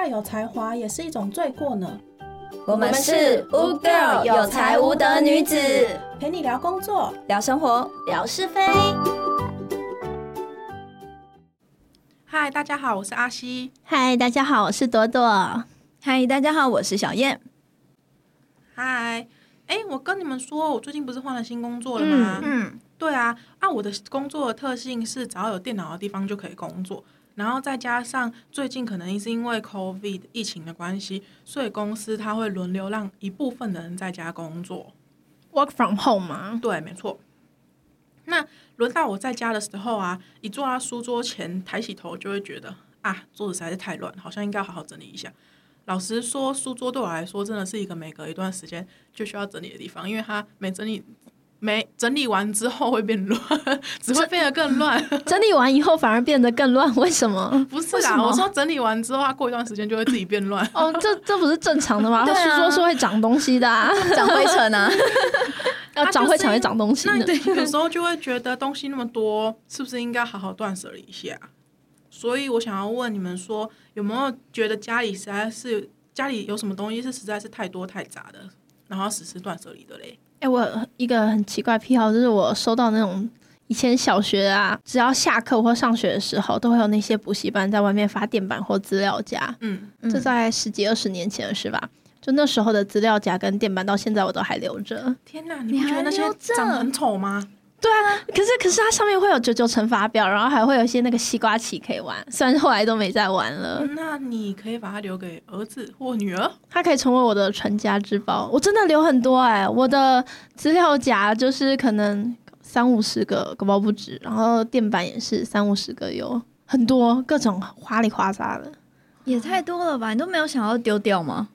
太有才华也是一种罪过呢。 我们是污 girl 有才无德女子， 陪你聊工作， 聊生活，聊是非。 嗨，大家好，我是阿西。 嗨，大家好，我是朵朵。 嗨，大家好，我是小燕。 嗨，我跟你们说，我最近不是换了新工作了吗？对啊，我的工作的特性是只要有电脑的地方就可以工作，然后再加上最近可能是因为 COVID 疫情的关系，所以公司它会轮流让一部分的人在家工作 ，work from home 吗？ 对，没错。那轮到我在家的时候啊，一坐到书桌前，抬起头就会觉得桌子实在是太乱，好像应该好好整理一下。老实说，书桌对我来说真的是一个每隔一段时间就需要整理的地方，因为它没整理完之后会变乱，只会变得更乱。 整理完以后反而变得更乱，为什么？ 不是啦，我说整理完之后，它过一段时间就会自己变乱。 哦，这不是正常的吗？书桌是会长东西的啊， 长灰尘啊。 要长灰尘会长东西的。 那有时候就会觉得东西那么多，是不是应该好好断舍离一下？所以我想要问你们说，有没有觉得家里有什么东西是实在是太多太杂的，然后要实施断舍离的嘞？ 我有一个很奇怪癖好，就是我收到那种以前小学啊，只要下课或上学的时候，都会有那些补习班在外面发电板或资料夹。这在10几20年前是吧？就那时候的资料夹跟电板，到现在我都还留着。 天哪，你不觉得那些长得很丑吗？ 对啊，可是它上面会有99乘法表，然后还会有一些那个西瓜棋可以玩，虽然后来都没再玩了。 那你可以把它留给儿子或女儿， 它可以成为我的传家之宝。我真的留很多我的资料夹就是可能30-50个，搞不好不止，然后电板也是30-50个，有很多各种花里花杂的， 也太多了吧？你都没有想要丢掉吗？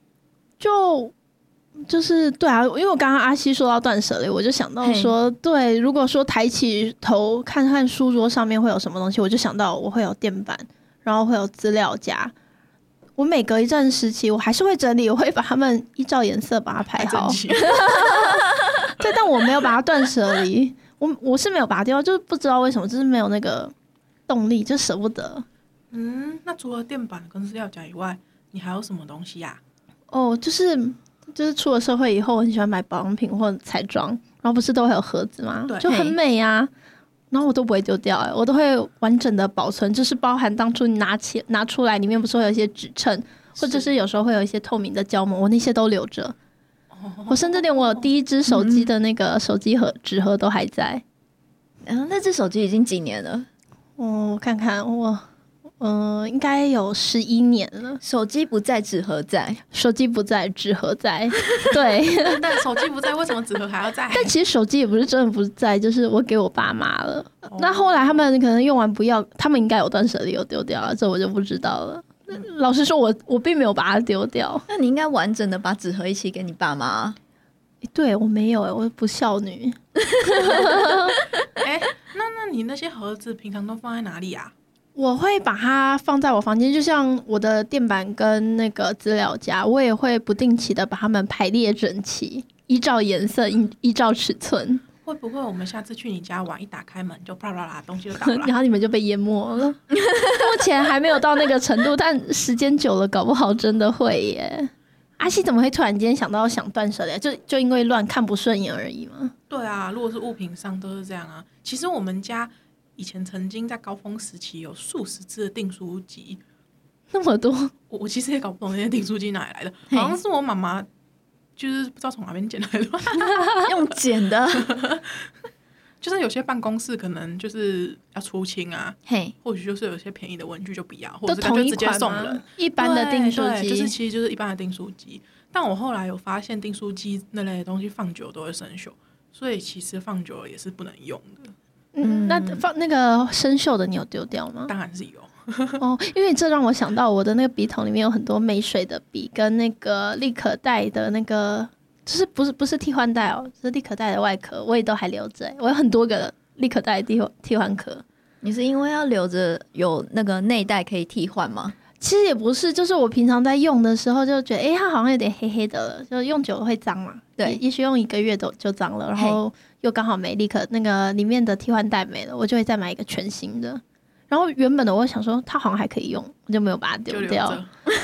就是对啊，因为我刚刚阿西说到断舍离，我就想到说，对，如果说抬起头看看书桌上面会有什么东西，我就想到我会有电板，然后会有资料夹。我每隔一阵时期，我还是会整理，我会把它们依照颜色把它排好。对，但我没有把它断舍离，我是没有把它丢掉，就是不知道为什么，就是没有那个动力，就舍不得。 那除了电板跟资料夹以外，你还有什么东西呀？ 就是出了社会以后，我很喜欢买保养品或彩妆，然后不是都会有盒子吗？ 对， 就很美啊。然后我都不会丢掉，我都会完整的保存，就是包含当初你拿出来，里面不是会有一些纸衬，或者是有时候会有一些透明的胶膜，我那些都留着。我甚至连我第一只手机的那个手机盒纸盒都还在。 那只手机已经几年了？ 我看看应该有11年了。 手机不在，纸盒在。 手机不在，纸盒在。对， 但手机不在，为什么纸盒还要在？ 但其实手机也不是真的不在，就是我给我爸妈了。那后来他们可能用完不要，他们应该有断舍离有丢掉了，这我就不知道了。老实说，我并没有把它丢掉。 那你应该完整的把纸盒一起给你爸妈。 对，我没有我不孝女。 那你那些盒子平常都放在哪里啊？ 我会把它放在我房间，就像我的电板跟那个资料夹，我也会不定期的把它们排列整齐，依照颜色，依照尺寸。 会不会我们下次去你家玩，一打开门就啪啦啦东西就倒了， 然后你们就被淹没了？目前还没有到那个程度，但时间久了，搞不好真的会耶。阿西怎么会突然间想断舍离？就因为乱看不顺眼而已吗？ 对啊，如果是物品上都是这样啊。其实我们家以前曾经在高峰时期有数十只的订书机， 那么多， 我其实也搞不懂那些订书机哪里来的，好像是我妈妈就是不知道从哪边捡来的， 用捡的。 就是有些办公室可能就是要出清啊，或许就是有些便宜的文具就不要，或者是就直接送人。 一般的订书机就是其实就是一般的订书机，但我后来有发现订书机那类的东西放久都会生锈，所以其实放久了也是不能用的。 那放那个生锈的你有丢掉吗？ 当然是有。 因为这让我想到我的那个笔筒里面有很多美水的笔跟那个立可带的那个，就是不是替换带是立可带的外壳，我也都还留着。我有很多个立可带的替换壳。 你是因为要留着有那个内袋可以替换吗？ 其实也不是，就是我平常在用的时候就觉得它好像有点黑黑的了，就用久了会脏嘛。对，也许用1个月就脏了，然后又刚好没立可那个里面的替换带没了，我就会再买一个全新的。然后原本的我想说它好像还可以用，我就没有把它丢掉。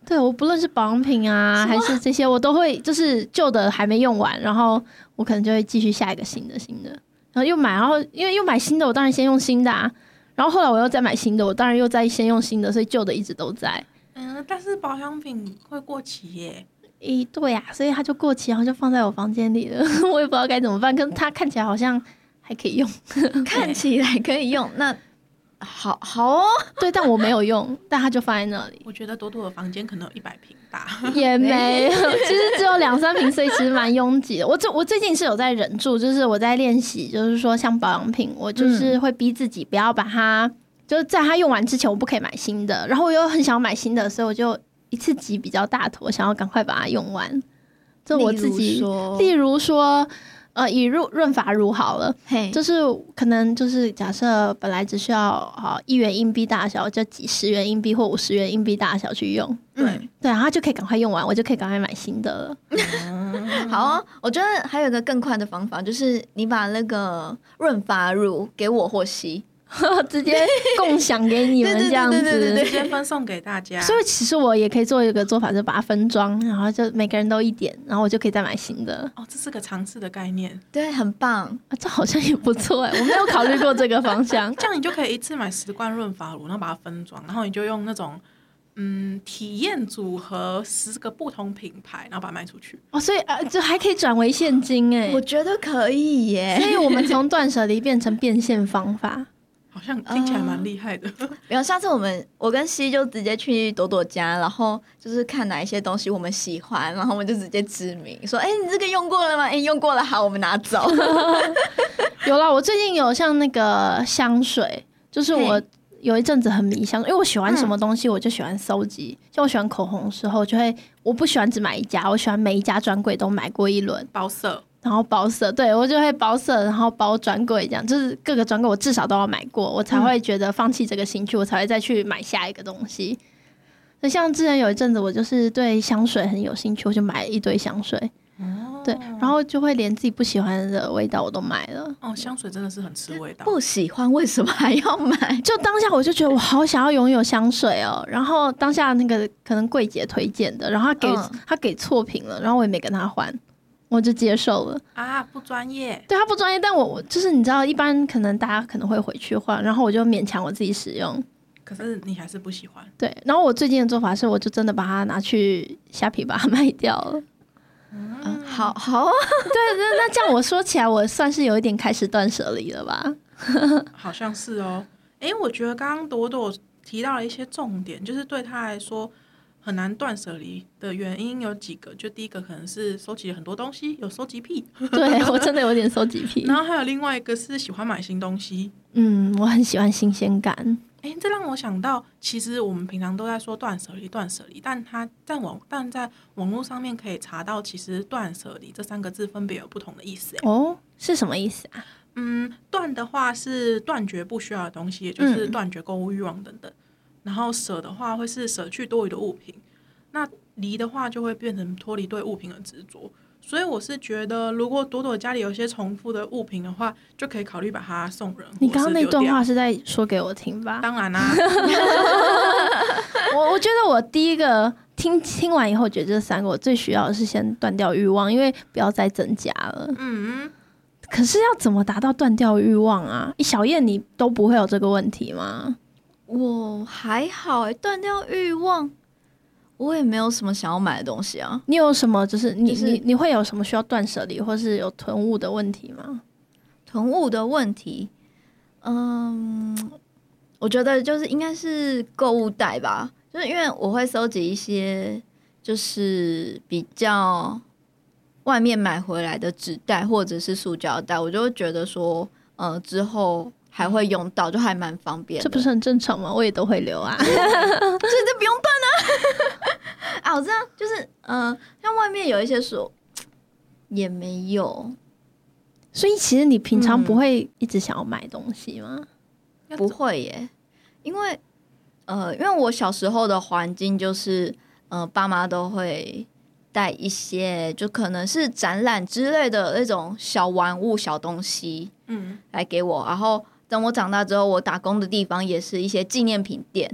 对，我不论是保养品啊还是这些，我都会就是旧的还没用完，然后我可能就会继续下一个新的，然后又买，然后因为又买新的，我当然先用新的啊，然后后来我又再买新的，我当然又再先用新的，所以旧的一直都在。 但是保养品会过期耶。 对啊，所以它就过期，然后就放在我房间里了，我也不知道该怎么办。可是它看起来好像还可以用， 看起来可以用，那好哦。 对，但我没有用，但它就放在那里。 我觉得朵朵的房间可能有100平大， 也没有，其实只有2-3瓶，所以其实蛮拥挤的。我最近是有在忍住，就是我在练习，就是说像保养品，我就是会逼自己不要把它，就是在它用完之前，我不可以买新的。然后我又很想买新的，所以我就一次挤比较大坨，想要赶快把它用完。这我自己，例如说。以润发乳好了，就是可能就是假设本来只需要1元硬币大小，就几10元硬币或50元硬币大小去用，对，然后就可以赶快用完，我就可以赶快买新的了。 好哦，我觉得还有一个更快的方法，就是你把那个润发乳给我或西。 直接共享给你们这样子， 直接分送给大家。 所以其实我也可以做一个做法，就把它分装，然后就每个人都1点，然后我就可以再买新的。 哦，这是个尝试的概念， 对，很棒这好像也不错我没有考虑过这个方向。 这样你就可以一次买10罐润发乳，然后把它分装，然后你就用那种体验组合10个不同品牌，然后把它卖出去。 所以这还可以转为现金我觉得可以耶。 所以我们从断舍离变成变现方法。 好像听起来蛮厉害的。 没有，下次我跟西就直接去朵朵家，然后就是看哪一些东西我们喜欢，然后我们就直接指明说：“你这个用过了吗？用过了，好，我们拿走。” 有啦，我最近有像那个香水，就是我有一阵子很迷香，因为我喜欢什么东西我就喜欢搜集。像我喜欢口红的时候，我不喜欢只买一家，我喜欢每一家专柜都买过一轮， 包色。 然后包色，对，我就会包色，然后包专柜，这样就是各个专柜我至少都要买过，我才会觉得放弃这个兴趣，我才会再去买下一个东西。所以像之前有一阵子我就是对香水很有兴趣，我就买了一堆香水，对，然后就会连自己不喜欢的味道我都买了。 香水真的是很吃味道。 不喜欢为什么还要买？ 就当下我就觉得我好想要拥有香水哦，然后当下那个可能柜姐推荐的，然后他给错评了，然后我也没跟他换。我就接受了不专业。 对，他不专业，但我就是你知道，一般可能大家可能会回去换，然后我就勉强我自己使用。 可是你还是不喜欢。 对，然后我最近的做法是，我就真的把它拿去虾皮把它卖掉了。 好， 对，那这样我说起来，我算是有一点开始断舍离了吧？ 好像是哦。我觉得刚刚朵朵提到了一些重点，就是对他来说很难断舍离的原因有几个，就第一个可能是收集了很多东西，有收集癖。 对，我真的有点收集癖。 然后还有另外一个是喜欢买新东西。 我很喜欢新鲜感。 这让我想到，其实我们平常都在说断舍离，但在网络上面可以查到，其实断舍离这3个字分别有不同的意思。 是什么意思啊？ 断的话是断绝不需要的东西，也就是断绝购物欲望等等。然后舍的话会是舍去多余的物品，那离的话就会变成脱离对物品的执着。所以我是觉得，如果朵朵家里有一些重复的物品的话，就可以考虑把它送人。 你刚刚那段话是在说给我听吧？ 当然啦、 我觉得我第一个听完以后，觉得这3个我最需要的是先断掉欲望，因为不要再增加了。可是要怎么达到断掉欲望啊？小燕，你都不会有这个问题吗？ 我还好断掉欲望，我也没有什么想要买的东西啊。 你有什么就是你会有什么需要断舍离，或是有囤物的问题吗？ 囤物的问题，我觉得就是应该是购物袋吧，就是因为我会收集一些就是比较外面买回来的纸袋或者是塑胶袋，我就会觉得说，之后还会用到，就还蛮方便的。 这不是很正常吗？我也都会留啊， 所以这不用断啊。我知道，就是像外面有一些书也没有， 所以其实你平常不会一直想要买东西吗？ 不会耶，因为我小时候的环境就是爸妈都会带一些就可能是展览之类的那种小玩物小东西来给我，然后等我长大之后，我打工的地方也是一些纪念品店，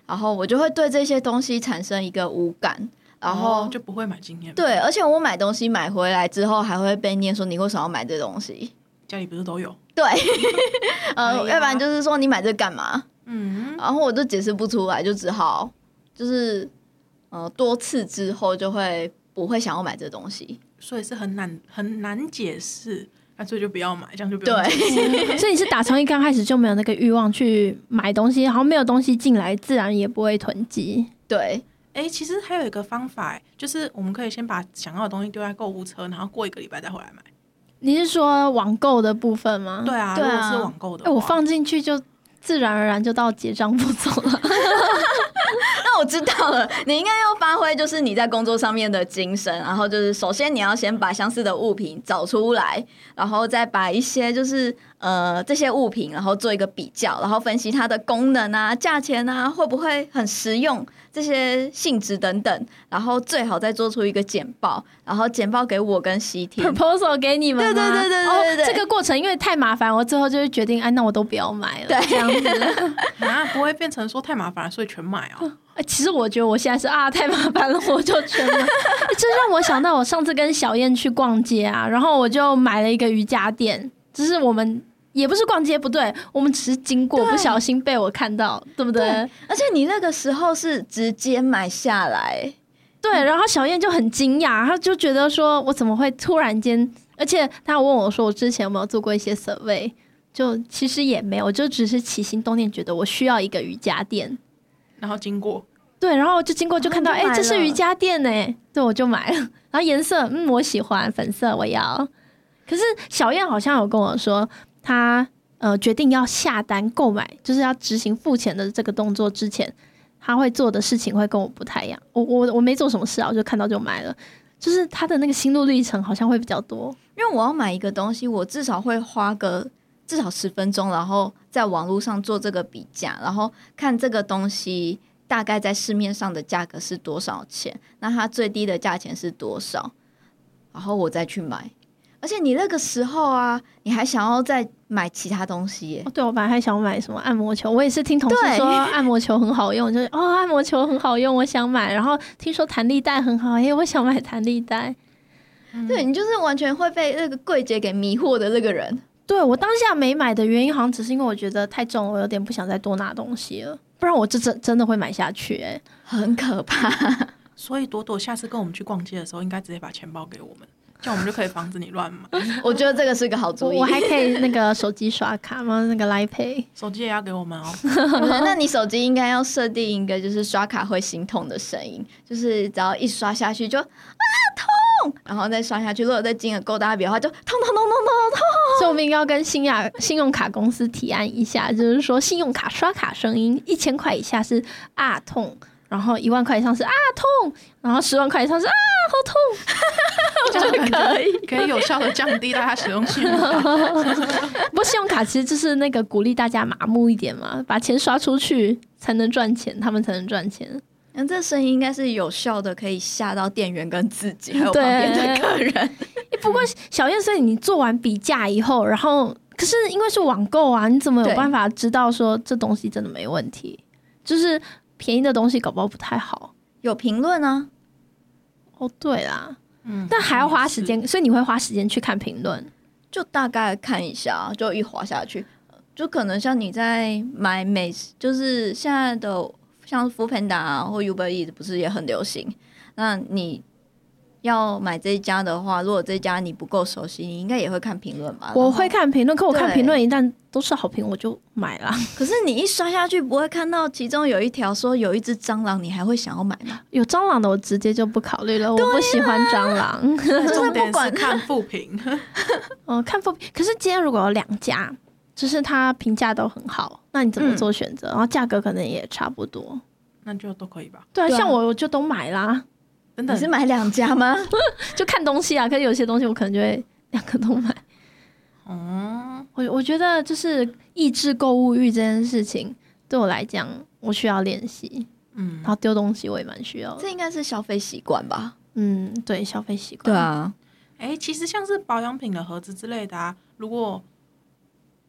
然后我就会对这些东西产生一个无感，然后就不会买今天。 对，而且我买东西买回来之后还会被念说你为什么要买这东西？ 家里不是都有？ 对， 要不然就是说你买这干嘛？ 嗯， 然后我就解释不出来，就只好就是多次之后就会不会想要买这东西， 所以是很难解释，那所以就不要买，这样就不用解释。 对， 所以你是打从一刚开始就没有那个欲望去买东西，然后没有东西进来，自然也不会囤积。 对， 其实还有一个方法，就是我们可以先把想要的东西丢在购物车，然后过1个礼拜再回来买。 你是说网购的部分吗？ 对啊， 对啊如果是网购的话， 我放进去就自然而然就到结账步骤了。 那我知道了，你应该要发挥就是你在工作上面的精神，然后就是首先你要先把相似的物品找出来，然后再把一些就是这些物品，然后做一个比较，然后分析它的功能啊、价钱啊，会不会很实用，这些性质等等，然后最好再做出一个简报，然后简报给我跟西听 proposal 给你们吗？ 对， 这个过程因为太麻烦，我最后就会决定，那我都不要买了。 对， 这样子不会变成说太麻烦了，所以全买哦。 其实我觉得我现在是太麻烦了，我就全买。这让我想到我上次跟小燕去逛街啊，然后我就买了一个瑜伽垫，就是我们也不是逛街，不对，我们只是经过，不小心被我看到，对不对？ 而且你那个时候是直接买下来， 对，然后小燕就很惊讶，她就觉得说我怎么会突然间，而且她问我说我之前有没有做过一些 survey， 就其实也没有，就只是起心动念觉得我需要一个瑜伽垫， 然后经过， 对，然后就经过就看到这是瑜伽垫呢，对，我就买了，然后颜色我喜欢粉色我要，可是小燕好像有跟我说她决定要下单购买，就是要执行付钱的这个动作之前，他会做的事情会跟我不太一样。我没做什么事啊，我就看到就买了。就是他的那个心路历程好像会比较多， 因为我要买一个东西，我至少会花个至少10分钟，然后在网络上做这个比价，然后看这个东西大概在市面上的价格是多少钱，那它最低的价钱是多少，然后我再去买。而且你那个时候啊，你还想要再买其他东西耶。 对，我本来还想买什么按摩球，我也是听同事说按摩球很好用，就是按摩球很好用，我想买。然后听说弹力带很好，我想买弹力带。 对，你就是完全会被那个柜姐给迷惑的那个人。 对，我当下没买的原因好像只是因为我觉得太重了，我有点不想再多拿东西了，不然我真的会买下去很可怕。 所以朵朵下次跟我们去逛街的时候，应该直接把钱包给我们，这样我们就可以防止你乱买。 我觉得这个是个好主意。 我还可以那个手机刷卡吗？那个 Line Pay 手机也要给我们哦。 那你手机应该要设定一个就是刷卡会心痛的声音，就是只要一刷下去就痛，然后再刷下去，如果再金额够大笔的话就痛。 所以我们应该要跟信用卡公司提案一下，就是说信用卡刷卡声音1000块以下是痛，然后1万块以上是痛，然后10万块以上是好痛。 这样可以有效的降低大家使用信用卡。 不过信用卡其实就是那个鼓励大家麻木一点嘛，把钱刷出去才能赚钱，他们才能赚钱。 那这声音应该是有效的，可以吓到店员跟自己，还有旁边的客人。 不过小燕，所以你做完比价以后，然后可是因为是网购啊，你怎么有办法知道说这东西真的没问题？就是便宜的东西搞不好不太好。 有评论啊？ 对啦。但还要花时间，所以你会花时间去看评论， 就大概看一下，就一滑下去，就可能像你在买美食，就是现在的像 Foodpanda 啊或 Uber Eats 不是也很流行？那你要买这一家的话，如果这一家你不够熟悉，你应该也会看评论吧？ 我会看评论，可我看评论一旦都是好评，我就买了。 可是你一刷下去，不会看到其中有一条说有一只蟑螂，你还会想要买吗？ 有蟑螂的我直接就不考虑了，我不喜欢蟑螂。 重点是看负评。 看负评。可是今天如果有2家，就是它评价都很好，那你怎么做选择？然后价格可能也差不多， 那就都可以吧？ 对啊，像我就都买啦。 真的？ 你是买2家吗？ 就看东西啊，可是有些东西我可能就会2个都买。我觉得就是抑制购物欲这件事情对我来讲，我需要练习。然后丢东西我也蛮需要的。 这应该是消费习惯吧？ 对，消费习惯。 对啊。 其实像是保养品的盒子之类的啊，如果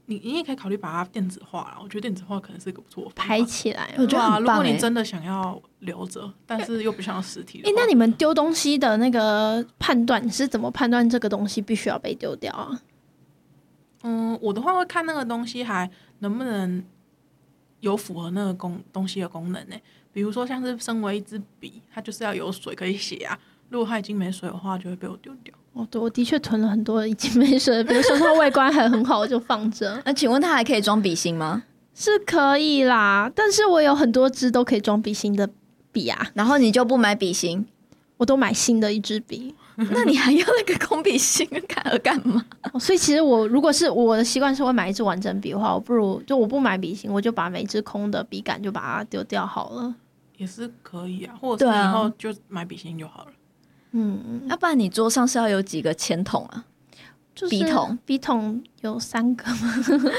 你也可以考虑把它电子化啦，我觉得电子化可能是一个不错的方法拍起来我觉得很棒如果你真的想要留着，但是又不想要实体的话， 那你们丢东西的那个判断，你是怎么判断这个东西必须要被丢掉啊？ 我的话会看那个东西还能不能有符合那个东西的功能呢？比如说像是身为一支笔，它就是要有水可以写啊，如果它已经没水的话，就会被我丢掉。 对，我的确囤了很多已经没水的，比如说它外观还很好，我就放着。 那请问它还可以装笔芯吗？ 是可以啦，但是我有很多支都可以装笔芯的笔啊， 然后你就不买笔芯， 我都买新的一支笔。 那你还要那个空笔芯干嘛？ 所以其实如果是我的习惯是会买一支完整笔的话，我不买笔芯，我就把每一支空的笔杆就把它丢掉好了。 也是可以啊，或者是以后就买笔芯就好了。 要不然你桌上是要有几个铅筒啊？ 就是笔筒有3个吗？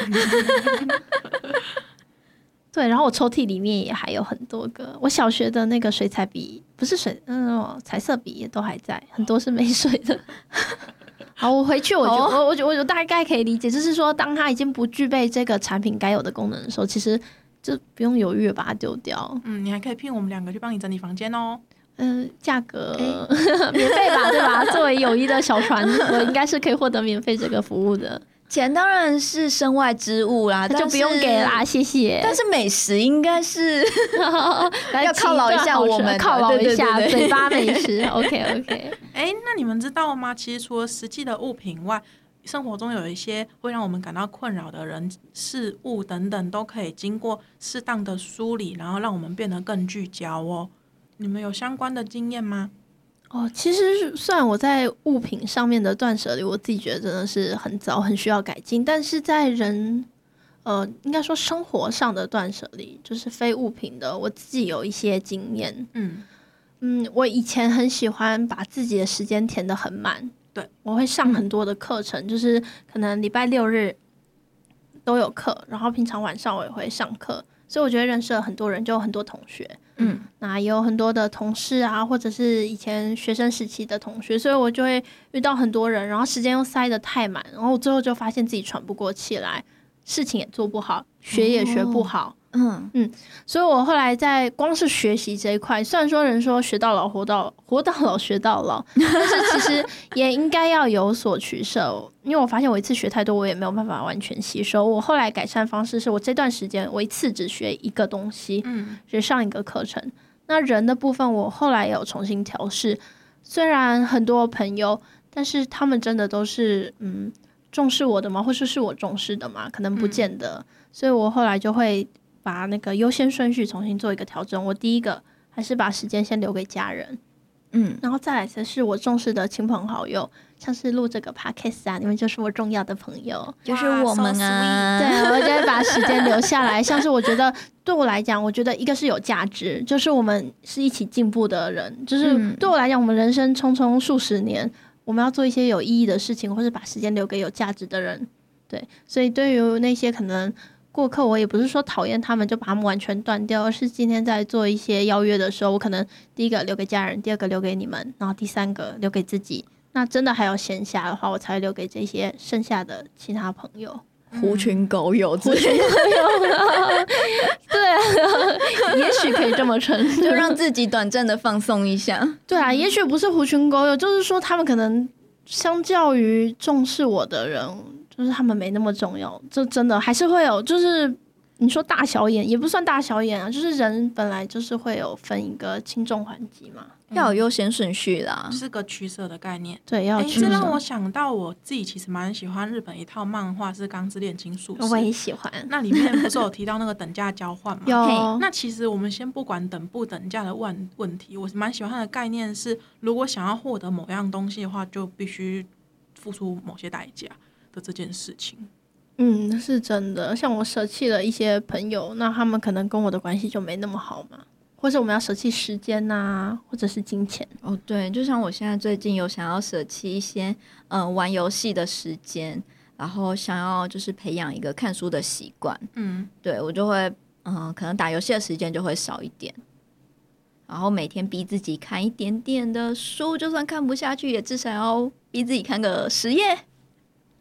对，然后我抽屉里面也还有很多个。我小学的那个水彩笔，不是彩色笔也都还在，很多是没水的。好，我回去我大概可以理解，就是说，当它已经不具备这个产品该有的功能的时候，其实就不用犹豫把它丢掉。 你还可以聘我们2个去帮你整理房间哦。 价格免费吧，对吧？作为友谊的小船，我应该是可以获得免费这个服务的。 钱当然是身外之物啦， 那就不用给啦，谢谢。 但是美食应该是要犒劳一下我们， 犒劳一下对嘴巴美食。OK。 那你们知道吗？其实除了实际的物品外，生活中有一些会让我们感到困扰的人、事物等等，都可以经过适当的梳理，然后让我们变得更聚焦哦。你们有相关的经验吗？ 其实虽然我在物品上面的断舍离，我自己觉得真的是很早，很需要改进，但是在应该说生活上的断舍离，就是非物品的，我自己有一些经验。我以前很喜欢把自己的时间填得很满， 对， 我会上很多的课程，就是可能礼拜6日都有课，然后平常晚上我也会上课，所以我觉得认识了很多人，就有很多同学。那也有很多的同事啊，或者是以前学生时期的同学，所以我就会遇到很多人，然后时间又塞得太满，然后我最后就发现自己喘不过气来，事情也做不好，学也学不好。所以我后来在光是学习这一块，虽然说人说学到老活到老学到老，但是其实也应该要有所取舍。因为我发现我一次学太多，我也没有办法完全吸收。我后来改善方式是我这段时间我一次只学一个东西，只上一个课程。那人的部分我后来也有重新调试，虽然很多朋友，但是他们真的都是重视我的吗？或是我重视的吗？可能不见得。所以我后来就会把那个优先顺序重新做一个调整。我第一个还是把时间先留给家人，然后再来才是我重视的亲朋好友，像是录这个 podcast 啊，你们就是我重要的朋友， 就是我们啊。 对，我就会把时间留下来。像是我觉得对我来讲，我觉得一个是有价值，就是我们是一起进步的人，就是对我来讲，我们人生匆匆数十年，我们要做一些有意义的事情，或是把时间留给有价值的人。对，所以对于那些可能过客，我也不是说讨厌他们就把他们完全断掉，而是今天在做一些邀约的时候，我可能第一个留给家人，第二个留给你们，然后第三个留给自己。那真的还有闲暇的话，我才会留给这些剩下的其他朋友。 狐群狗友， 狐群狗友，对啊，也许可以这么称， 就让自己短暂的放松一下。 对啊，也许不是狐群狗友，就是说他们可能相较于重视我的人，就是他们没那么重要。这真的还是会有，就是你说大小眼也不算大小眼啊，就是人本来就是会有分一个轻重缓急嘛。 要有优先顺序啦， 是个取舍的概念。 对，要取舍。 这让我想到我自己其实蛮喜欢日本一套漫画，是《钢之炼金术师》。 我也喜欢。 那里面不是有提到那个等价交换吗？ 有。 那其实我们先不管等不等价的问题，我蛮喜欢的概念是，如果想要获得某样东西的话，就必须付出某些代价的这件事情。 是真的。像我舍弃了一些朋友，那他们可能跟我的关系就没那么好嘛。或者我们要舍弃时间啊，或者是金钱。 对，就像我现在最近有想要舍弃一些玩游戏的时间，然后想要就是培养一个看书的习惯。对，我就会可能打游戏的时间就会少一点，然后每天逼自己看一点点的书，就算看不下去，也至少要逼自己看个10页。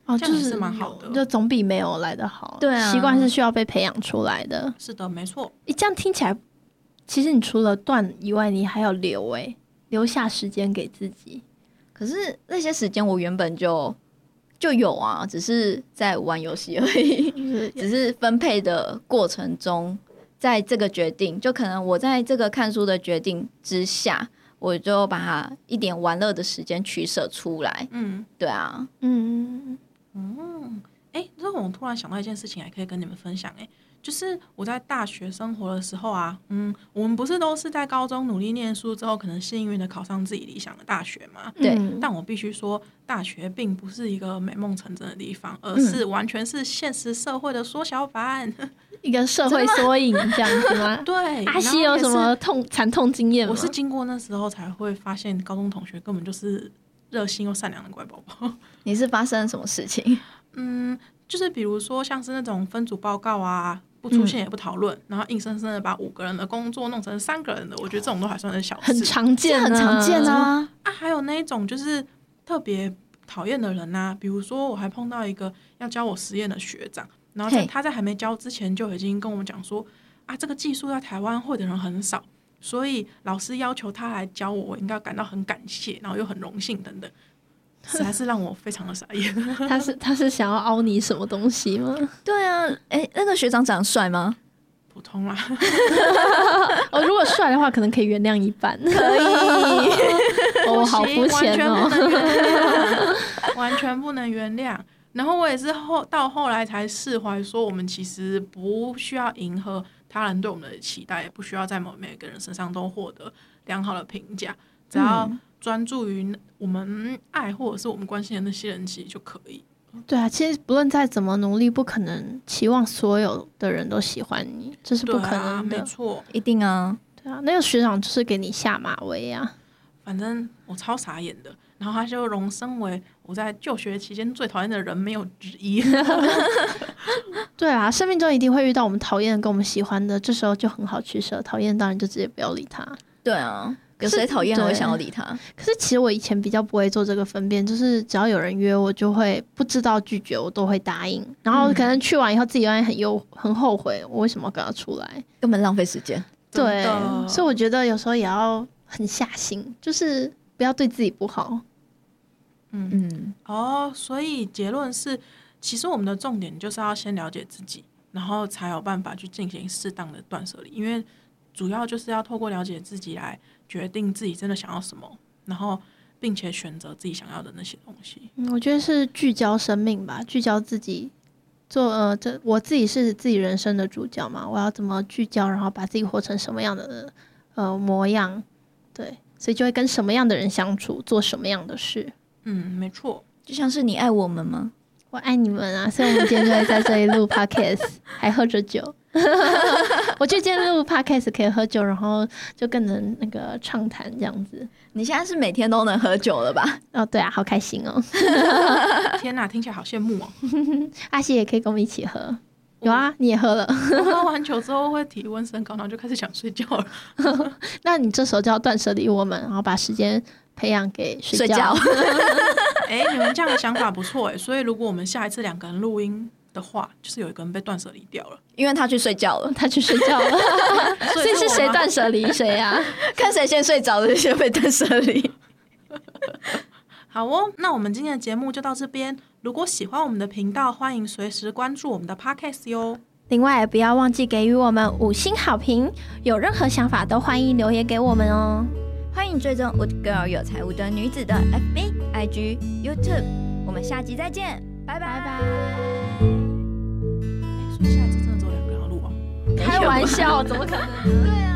哦， 这样也是蛮好的， 就总比没有来的好。 对啊， 习惯是需要被培养出来的。 是的，没错。 这样听起来，其实你除了断以外，你还要留下时间给自己。 可是那些时间我原本就有啊，只是在玩游戏而已，只是分配的过程中，在这个决定，就可能我在这个看书的决定之下，我就把它一点玩乐的时间取舍出来。对啊， 这我突然想到一件事情，还可以跟你们分享。就是我在大学生活的时候啊，我们不是都是在高中努力念书之后，可能幸运的考上自己理想的大学嘛？ 对。 但我必须说，大学并不是一个美梦成真的地方，而是完全是现实社会的缩小版， 一个社会缩影这样子吗？ 对。 阿西有什么惨痛经验吗？ 我是经过那时候才会发现，高中同学根本就是热心又善良的乖宝宝。 你是发生了什么事情？ 就是比如说像是那种分组报告啊，不出现也不讨论，然后硬生生的把5个人的工作弄成3个人的，我觉得这种都还算是小事， 很常见， 很常见啊。 还有那一种就是特别讨厌的人啊，比如说我还碰到一个要教我实验的学长，然后他在还没教之前就已经跟我们讲说这个技术在台湾会的人很少，所以老师要求他来教我，我应该感到很感谢，然后又很荣幸等等。实在是让我非常的傻眼。 他是想要凹你什么东西吗？ 对啊，那个学长长得帅吗？ 普通啦。 如果帅的话，可能可以原谅一半。 可以。 好肤浅哦， 完全不能原谅。然后我也是到后来才释怀，说我们其实不需要迎合他人对我们的期待，也不需要在每个人身上都获得良好的评价，只要专注于我们爱或者是我们关心的那些人，其实就可以。 对啊，其实不论再怎么努力，不可能期望所有的人都喜欢你，这是不可能的。 没错， 一定啊。 对啊，那个学长就是给你下马威啊。 反正我超傻眼的，然后他就荣升为我在就学期间最讨厌的人没有之一。 对啊，生命中一定会遇到我们讨厌的跟我们喜欢的，这时候就很好取舍，讨厌当然就直接不要理他。 对啊，有谁讨厌我会想要理他？ 可是其实我以前比较不会做这个分辨，就是只要有人约我，就会不知道拒绝，我都会答应。然后可能去完以后自己很后悔，我为什么要跟他出来？ 根本浪费时间。 对，所以我觉得有时候也要很下心，就是不要对自己不好。 所以结论是，其实我们的重点就是要先了解自己，然后才有办法去进行适当的断舍离，因为主要就是要透过了解自己来决定自己真的想要什么，然后并且选择自己想要的那些东西。 我觉得是聚焦生命吧，聚焦自己。我自己是自己人生的主角嘛，我要怎么聚焦，然后把自己活成什么样的模样，对，所以就会跟什么样的人相处，做什么样的事。 没错， 就像是你爱我们吗？ 我爱你们啊！所以我们今天就会在这里录 podcast， 还喝着酒。我觉得今天录 podcast 可以喝酒，然后就更能那个畅谈这样子。 你现在是每天都能喝酒了吧？ 对啊，好开心哦！ 天哪，听起来好羡慕哦。 阿西也可以跟我们一起喝。有啊，你也喝了。 我喝完酒之后会体温升高，然后就开始想睡觉了。 那你这时候就要断舍离我们，然后把时间培养给睡觉。 你们这样的想法不错所以如果我们下一次2个人录音的话，就是有一个人被断舍离掉了， 因为他去睡觉了。 他去睡觉了。所以是谁断舍离谁啊？ 看谁先睡着的先被断舍离。 好哦，那我们今天的节目就到这边。如果喜欢我们的频道，欢迎随时关注我们的 podcast 哟。 另外，不要忘记给予我们5星好评。有任何想法都欢迎留言给我们哦。 欢迎追踪 Wood Girl 有财务的女子的 FB、IG、YouTube。我们下集再见，拜拜。 所以下一次真的只有2个人要录哦？ 开玩笑，怎么可能呢？ 对啊。